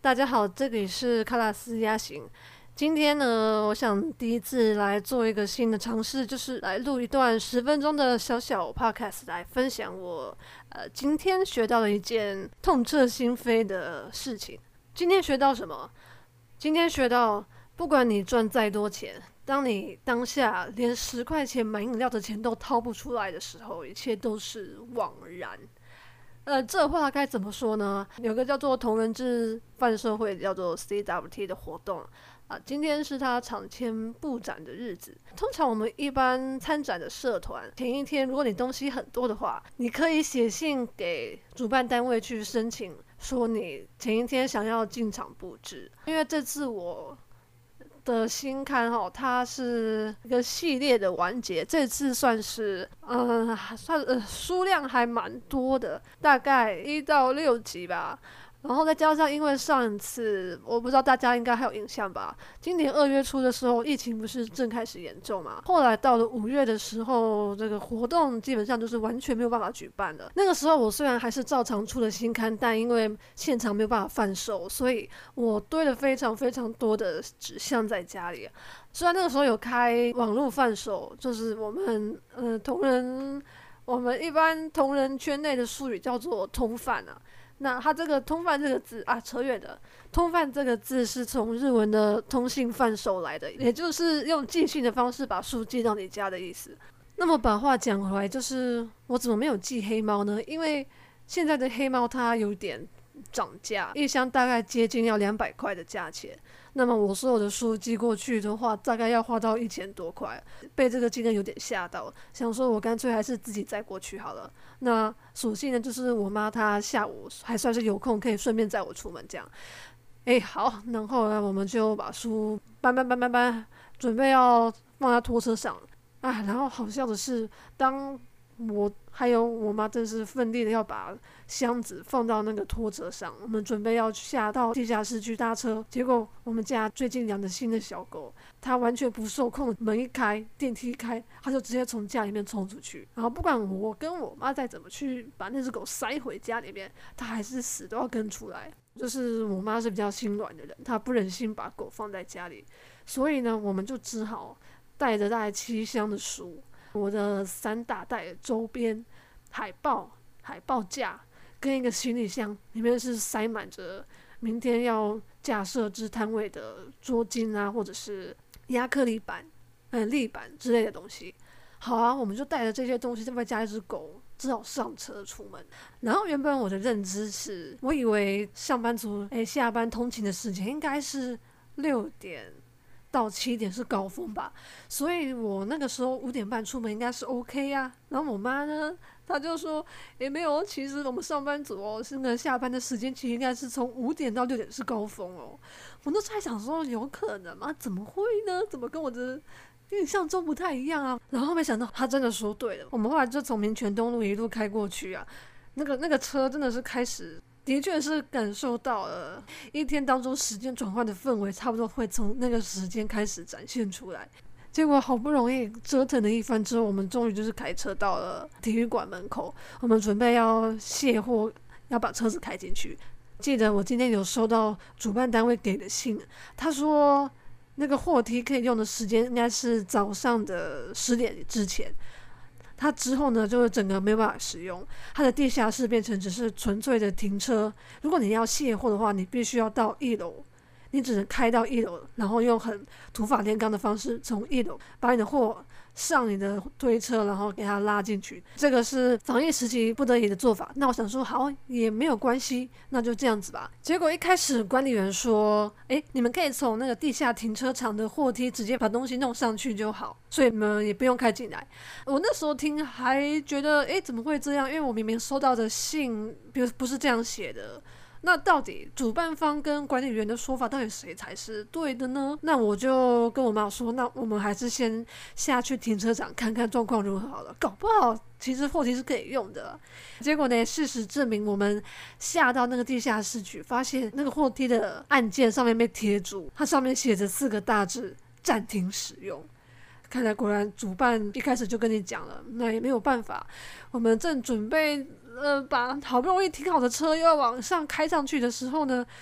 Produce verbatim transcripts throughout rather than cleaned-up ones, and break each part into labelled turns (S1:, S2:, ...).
S1: 大家好，这里是卡拉斯压行。今天呢，我想第一次来做一个新的尝试，就是来录一段十分钟的小小 podcast， 来分享我呃今天学到了一件痛彻心扉的事情。今天学到什么？今天学到，不管你赚再多钱，当你当下连十块钱买饮料的钱都掏不出来的时候，一切都是枉然。呃，这话该怎么说呢？有个叫做同人志贩售会，叫做 C W T 的活动啊，今天是他场签布展的日子。通常我们一般参展的社团，前一天如果你东西很多的话，你可以写信给主办单位去申请，说你前一天想要进场布置。因为这次我的新刊哈，它是一个系列的完结，这次算是嗯，算呃数量还蛮多的，大概一到六集吧。然后再加上，因为上一次我不知道大家应该还有印象吧，今年二月初的时候，疫情不是正开始严重嘛，后来到了五月的时候，这个活动基本上就是完全没有办法举办了。那个时候我虽然还是照常出了新刊，但因为现场没有办法贩售，所以我堆了非常非常多的纸箱在家里。虽然那个时候有开网络贩售，就是我们呃同人，我们一般同人圈内的术语叫做通贩啊。那它这个通贩这个字啊，扯远了。通贩这个字是从日文的通信贩售来的，也就是用寄信的方式把书寄到你家的意思。那么把话讲回来，就是我怎么没有寄黑猫呢？因为现在的黑猫它有点涨价，一箱大概接近要两百块的价钱。那么我所有的书寄过去的话，大概要花到一千多块，被这个金额有点吓到，想说我干脆还是自己载过去好了。那所幸呢，就是我妈她下午还算是有空，可以顺便载我出门这样。哎，好，然后呢，我们就把书搬搬搬搬搬，准备要放在拖车上。啊，然后好笑的是，当我还有我妈真是奋力的要把箱子放到那个拖车上，我们准备要下到地下室去搭车，结果我们家最近养的新的小狗，它完全不受控，门一开，电梯一开，它就直接从家里面冲出去，然后不管我跟我妈再怎么去把那只狗塞回家里面，它还是死都要跟出来。就是我妈是比较心软的人，她不忍心把狗放在家里，所以呢，我们就只好带着大概七箱的书，我的三大袋周边、海报、海报架跟一个行李箱，里面是塞满着明天要架设置摊位的桌巾啊，或者是亚克力板、呃立板之类的东西。好啊，我们就带着这些东西，再外加一只狗，只好上车出门。然后原本我的认知是，我以为上班族诶下班通勤的时间应该是六点到七点是高峰吧，所以我那个时候五点半出门应该是 OK 啊。然后我妈呢，她就说也没有，其实我们上班族哦，是那个下班的时间其实应该是从五点到六点是高峰哦。我那时候还想说有可能吗？怎么会呢？怎么跟我的印象中不太一样啊？然后没想到她真的说对了，我们后来就从民权东路一路开过去啊，那个那个车真的是开始。的确是感受到了一天当中时间转换的氛围，差不多会从那个时间开始展现出来。结果好不容易折腾了一番之后，我们终于就是开车到了体育馆门口，我们准备要卸货，要把车子开进去。记得我今天有收到主办单位给的信，他说那个货梯可以用的时间应该是早上的十点之前。它之后呢，就是整个没有办法使用，它的地下室变成只是纯粹的停车。如果你要卸货的话，你必须要到一楼，你只能开到一楼，然后用很土法炼钢的方式从一楼把你的货上你的推车，然后给它拉进去。这个是防疫时期不得已的做法。那我想说，好，也没有关系，那就这样子吧。结果一开始管理员说，诶，你们可以从那个地下停车场的货梯直接把东西弄上去就好，所以你们也不用开进来。我那时候听还觉得，诶，怎么会这样？因为我明明收到的信不不是这样写的。那到底主办方跟管理员的说法到底谁才是对的呢？那我就跟我妈说，那我们还是先下去停车场看看状况如何好了，搞不好其实货梯是可以用的。结果呢，事实证明我们下到那个地下室去，发现那个货梯的按键上面被贴住，它上面写着四个大字：暂停使用。看来果然主办一开始就跟你讲了，那也没有办法。我们正准备呃把好不容易停好的车又要往上开上去的时候呢，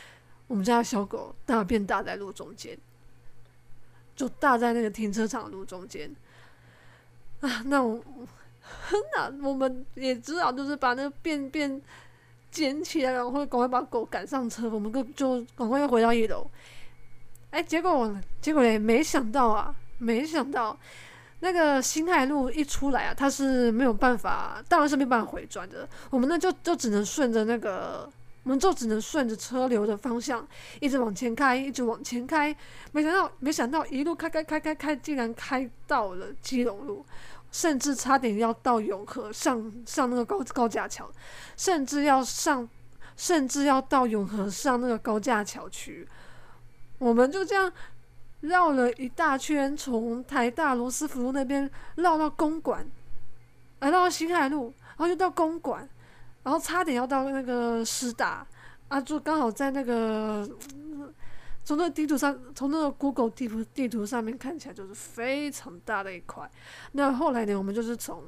S1: 我们家的小狗大便大在路中间，就大在那个停车场的路中间啊。那我那我们也只好就是把那个便便捡起来，然后赶快把狗赶上车，我们就赶快又回到一楼。哎，结果结果嘞，没想到啊，没想到那个辛亥路一出来啊，它是没有办法，当然是没办法回转的。我们呢就就只能顺着那个。我们就只能顺着车流的方向一直往前开，一直往前开。没想到，没想到一路开开开开开，竟然开到了基隆路，甚至差点要到永和上上那个高高架桥，甚至要上，甚至要到永和上那个高架桥去。我们就这样绕了一大圈，从台大罗斯福路那边绕到公馆，来到辛亥路，然后就到公馆。然后差点要到那个师大啊，就刚好在那个从那个地图上，从那个 Google 地图地图上面看起来就是非常大的一块。那后来呢，我们就是从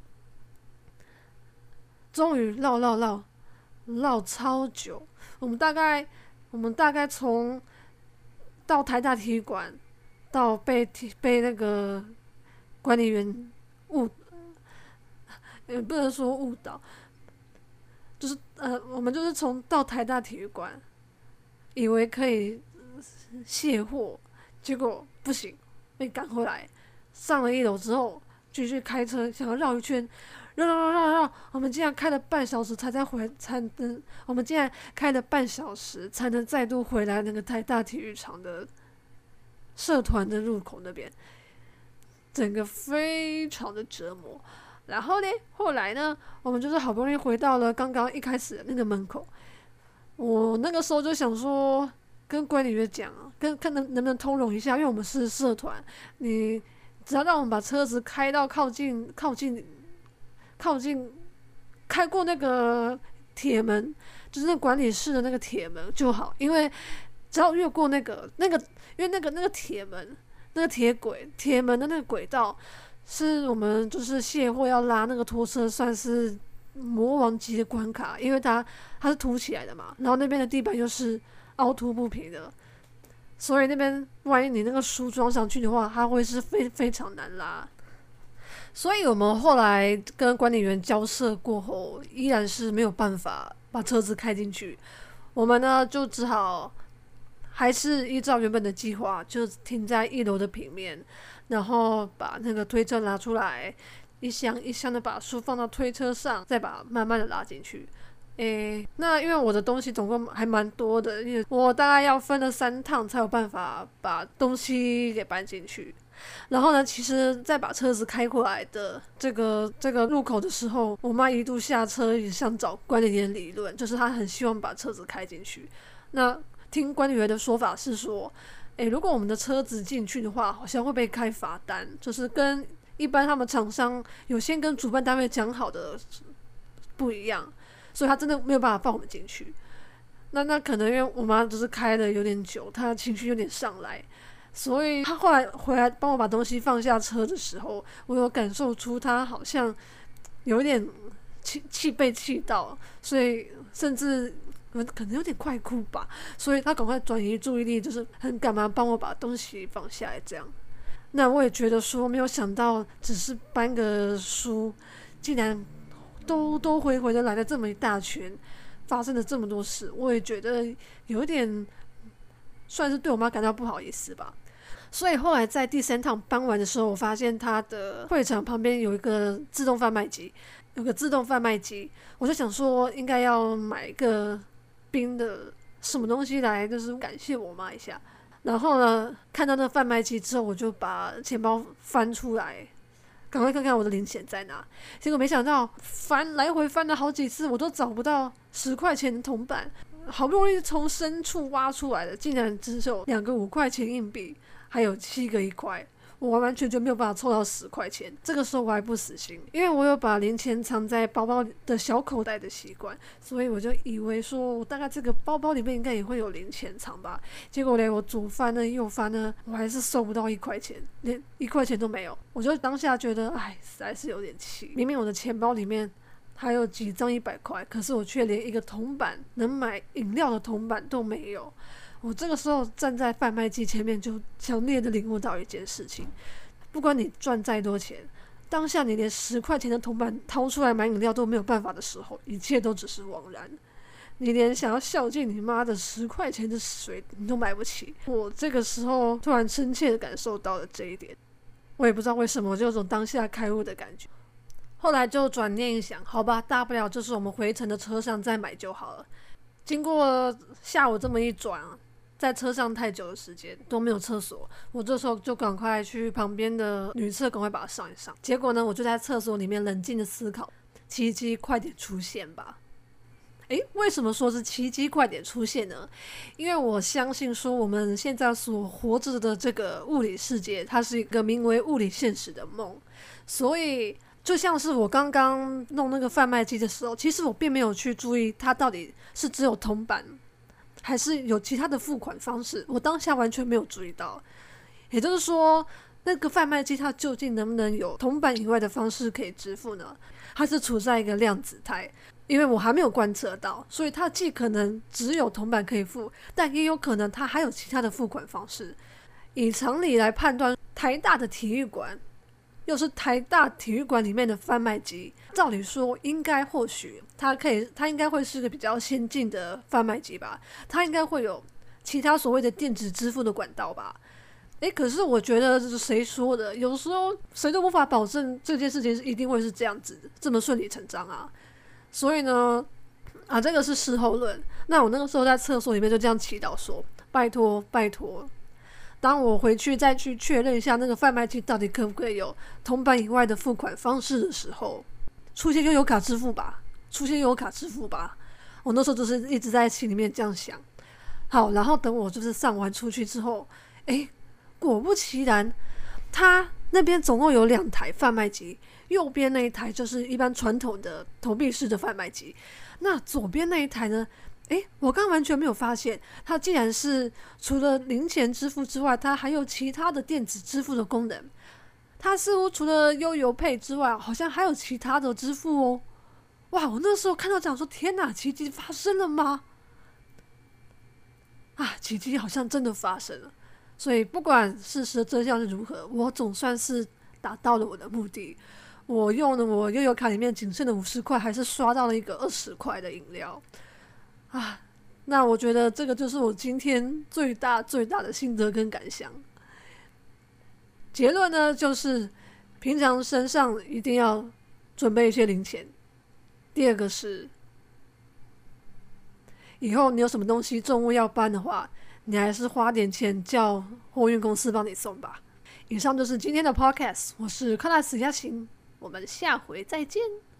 S1: 终于绕绕绕绕超久，我们大概我们大概从到台大体育馆到被被那个管理员误，也不能说误导。就是呃，我们就是从到台大体育馆，以为可以卸货，结果不行，被赶回来。上了一楼之后，继续开车，想要绕一圈，绕绕绕绕绕，我们竟然开了半小时才再回，才能我们竟然开了半小时才能再度回来那个台大体育场的社团的入口那边，整个非常的折磨。然后呢，后来呢，我们就是好不容易回到了刚刚一开始的那个门口。我那个时候就想说，跟管理员讲，跟看能能不能通融一下，因为我们是社团，你只要让我们把车子开到靠近、靠近、靠近，开过那个铁门，就是那管理室的那个铁门就好。因为只要越过那个那个，因为那个那个铁门、那个铁轨、铁门的那个轨道。是我们就是卸货要拉那个拖车，算是魔王级的关卡，因为它它是凸起来的嘛，然后那边的地板又是凹凸不平的，所以那边万一你那个书装上去的话，它会是非非常难拉。所以我们后来跟管理员交涉过后，依然是没有办法把车子开进去，我们呢就只好还是依照原本的计划，就停在一楼的平面。然后把那个推车拿出来，一箱一箱的把书放到推车上，再把慢慢的拉进去。诶，那因为我的东西总共还蛮多的，因为我大概要分了三趟才有办法把东西给搬进去。然后呢，其实在把车子开过来的这个这个路口的时候，我妈一度下车也想找管理员理论，就是她很希望把车子开进去。那听管理员的说法是说，诶，如果我们的车子进去的话，好像会被开罚单，就是跟一般他们厂商有先跟主办单位讲好的不一样，所以他真的没有办法放我们进去。那那可能因为我妈就是开的有点久，她情绪有点上来，所以她后来回来帮我把东西放下车的时候，我有感受出她好像有一点气气被气到，所以甚至。可能有点快哭吧，所以他赶快转移注意力，就是很赶忙帮我把东西放下来这样。那我也觉得说，没有想到只是搬个书，竟然兜兜回回的来了这么一大圈，发生了这么多事，我也觉得有点算是对我妈感到不好意思吧。所以后来在第三趟搬完的时候，我发现他的会场旁边有一个自动贩卖机，有个自动贩卖机，我就想说应该要买一个冰的什么东西来，就是感谢我妈一下。然后呢，看到那个贩卖机之后，我就把钱包翻出来，赶快看看我的零钱在哪。结果没想到翻来回翻了好几次，我都找不到十块钱的铜板。好不容易从深处挖出来的，竟然只有两个五块钱硬币，还有七个一块。我完完全全没有办法凑到十块钱。这个时候我还不死心，因为我有把零钱藏在包包的小口袋的习惯，所以我就以为说我大概这个包包里面应该也会有零钱藏吧。结果呢，我左翻呢右翻呢，我还是收不到一块钱，连一块钱都没有。我就当下觉得，哎，实在是有点气。明明我的钱包里面还有几张一百块，可是我却连一个铜板能买饮料的铜板都没有。 我这个时候站在贩卖机前面，就强烈的领悟到一件事情：不管你赚再多钱，当下你连十块钱的铜板掏出来买饮料都没有办法的时候，一切都只是枉然。你连想要孝敬你妈的十块钱的水你都买不起。我这个时候突然深切的感受到了这一点，我也不知道为什么，我就有种当下开悟的感觉。后来就转念一想，好吧，大不了就是我们回程的车上再买就好了。经过下午这么一转，在车上太久的时间都没有厕所，我这时候就赶快去旁边的女厕赶快把它上一上。结果呢，我就在厕所里面冷静的思考，奇迹快点出现吧。诶，为什么说是奇迹快点出现呢？因为我相信说我们现在所活着的这个物理世界，它是一个名为物理现实的梦。所以就像是我刚刚弄那个贩卖机的时候，其实我并没有去注意它到底是只有铜板还是有其他的付款方式，我当下完全没有注意到。也就是说，那个贩卖机它究竟能不能有铜板以外的方式可以支付呢？它是处在一个量子态，因为我还没有观测到，所以它既可能只有铜板可以付，但也有可能它还有其他的付款方式。以常理来判断，台大的体育馆又是台大体育馆里面的贩卖机，照理说应该或许它可以，它应该会是个比较先进的贩卖机吧，它应该会有其他所谓的电子支付的管道吧。诶，可是我觉得这是谁说的？有时候谁都无法保证这件事情一定会是这样子这么顺理成章啊。所以呢，啊，这个是事后论。那我那个时候在厕所里面就这样祈祷说：拜托，拜托。当我回去再去确认一下那个贩卖机到底可不可以有铜板以外的付款方式的时候，出现悠游卡支付吧，出现悠游卡支付吧。我那时候就是一直在心里面这样想。好，然后等我就是上完出去之后，诶，果不其然，他那边总共有两台贩卖机，右边那一台就是一般传统的投币式的贩卖机，那左边那一台呢？诶，我刚完全没有发现，它竟然是除了零钱支付之外，它还有其他的电子支付的功能。它似乎除了悠游配之外，好像还有其他的支付哦。哇！我那时候看到讲说，天哪，奇迹发生了吗？啊，奇迹好像真的发生了。所以不管事实的真相是如何，我总算是达到了我的目的。我用了我悠游卡里面仅剩的五十块，还是刷到了一个二十块的饮料。啊，那我觉得这个就是我今天最大最大的心得跟感想。结论呢，就是平常身上一定要准备一些零钱。第二个是，以后你有什么东西重物要搬的话，你还是花点钱叫货运公司帮你送吧。以上就是今天的 podcast， 我是克拉斯亚行，我们下回再见。